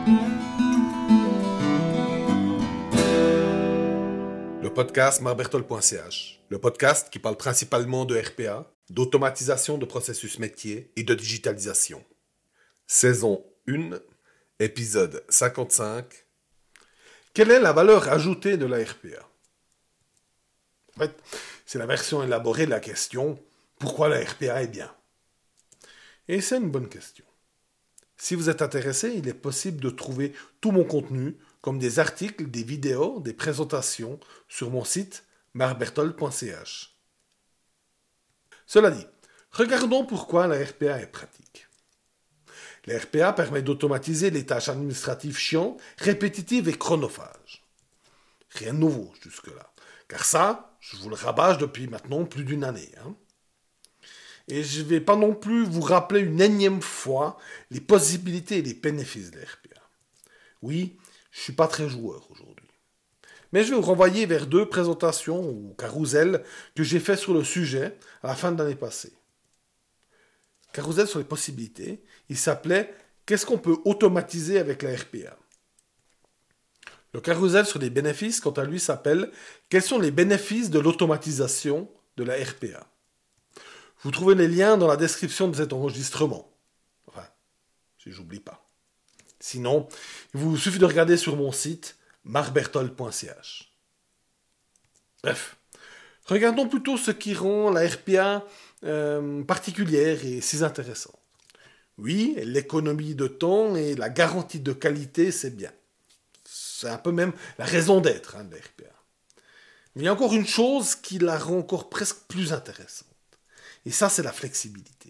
Le podcast marbertol.ch, le podcast qui parle principalement de RPA, d'automatisation de processus métier et de digitalisation. Saison 1, épisode 55. Quelle est la valeur ajoutée de la RPA ? En fait, c'est la version élaborée de la question « Pourquoi la RPA est bien ?» Et c'est une bonne question. Si vous êtes intéressé, il est possible de trouver tout mon contenu, comme des articles, des vidéos, des présentations, sur mon site marbertol.ch. Cela dit, regardons pourquoi la RPA est pratique. La RPA permet d'automatiser les tâches administratives chiantes, répétitives et chronophages. Rien de nouveau jusque-là, car ça, je vous le rabâche depuis maintenant plus d'une année. Et je ne vais pas non plus vous rappeler une énième fois les possibilités et les bénéfices de la RPA. Oui, je ne suis pas très joueur aujourd'hui. Mais je vais vous renvoyer vers 2 présentations ou carousels que j'ai fait sur le sujet à la fin de l'année passée. Carousel sur les possibilités, il s'appelait « Qu'est-ce qu'on peut automatiser avec la RPA ?» Le carousel sur les bénéfices, quant à lui, s'appelle « Quels sont les bénéfices de l'automatisation de la RPA ?» Vous trouvez les liens dans la description de cet enregistrement. Enfin, si j'oublie pas. Sinon, il vous suffit de regarder sur mon site marbertol.ch. Bref, regardons plutôt ce qui rend la RPA particulière et si intéressante. Oui, l'économie de temps et la garantie de qualité, c'est bien. C'est un peu même la raison d'être de la RPA. Mais il y a encore une chose qui la rend encore presque plus intéressante. Et ça, c'est la flexibilité.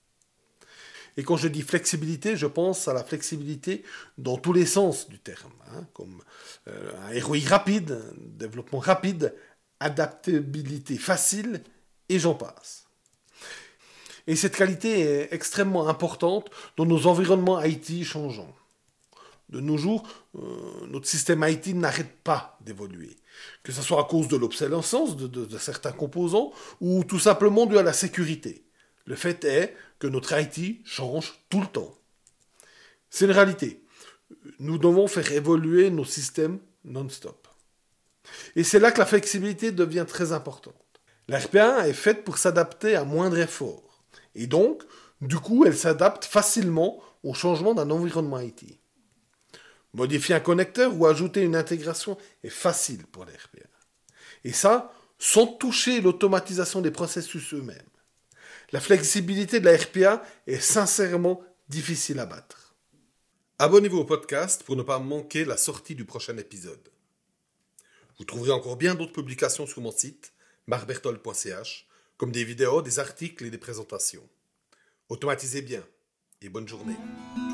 Et quand je dis flexibilité, je pense à la flexibilité dans tous les sens du terme, comme un ROI rapide, un développement rapide, adaptabilité facile, et j'en passe. Et cette qualité est extrêmement importante dans nos environnements IT changeants. De nos jours, notre système IT n'arrête pas d'évoluer, que ce soit à cause de l'obsolescence de certains composants ou tout simplement dû à la sécurité. Le fait est que notre IT change tout le temps. C'est une réalité. Nous devons faire évoluer nos systèmes non-stop. Et c'est là que la flexibilité devient très importante. La RPA est faite pour s'adapter à moindre effort. Et donc, du coup, elle s'adapte facilement au changement d'un environnement IT. Modifier un connecteur ou ajouter une intégration est facile pour la RPA. Et ça, sans toucher l'automatisation des processus eux-mêmes. La flexibilité de la RPA est sincèrement difficile à battre. Abonnez-vous au podcast pour ne pas manquer la sortie du prochain épisode. Vous trouverez encore bien d'autres publications sur mon site marbertol.ch, comme des vidéos, des articles et des présentations. Automatisez bien et bonne journée.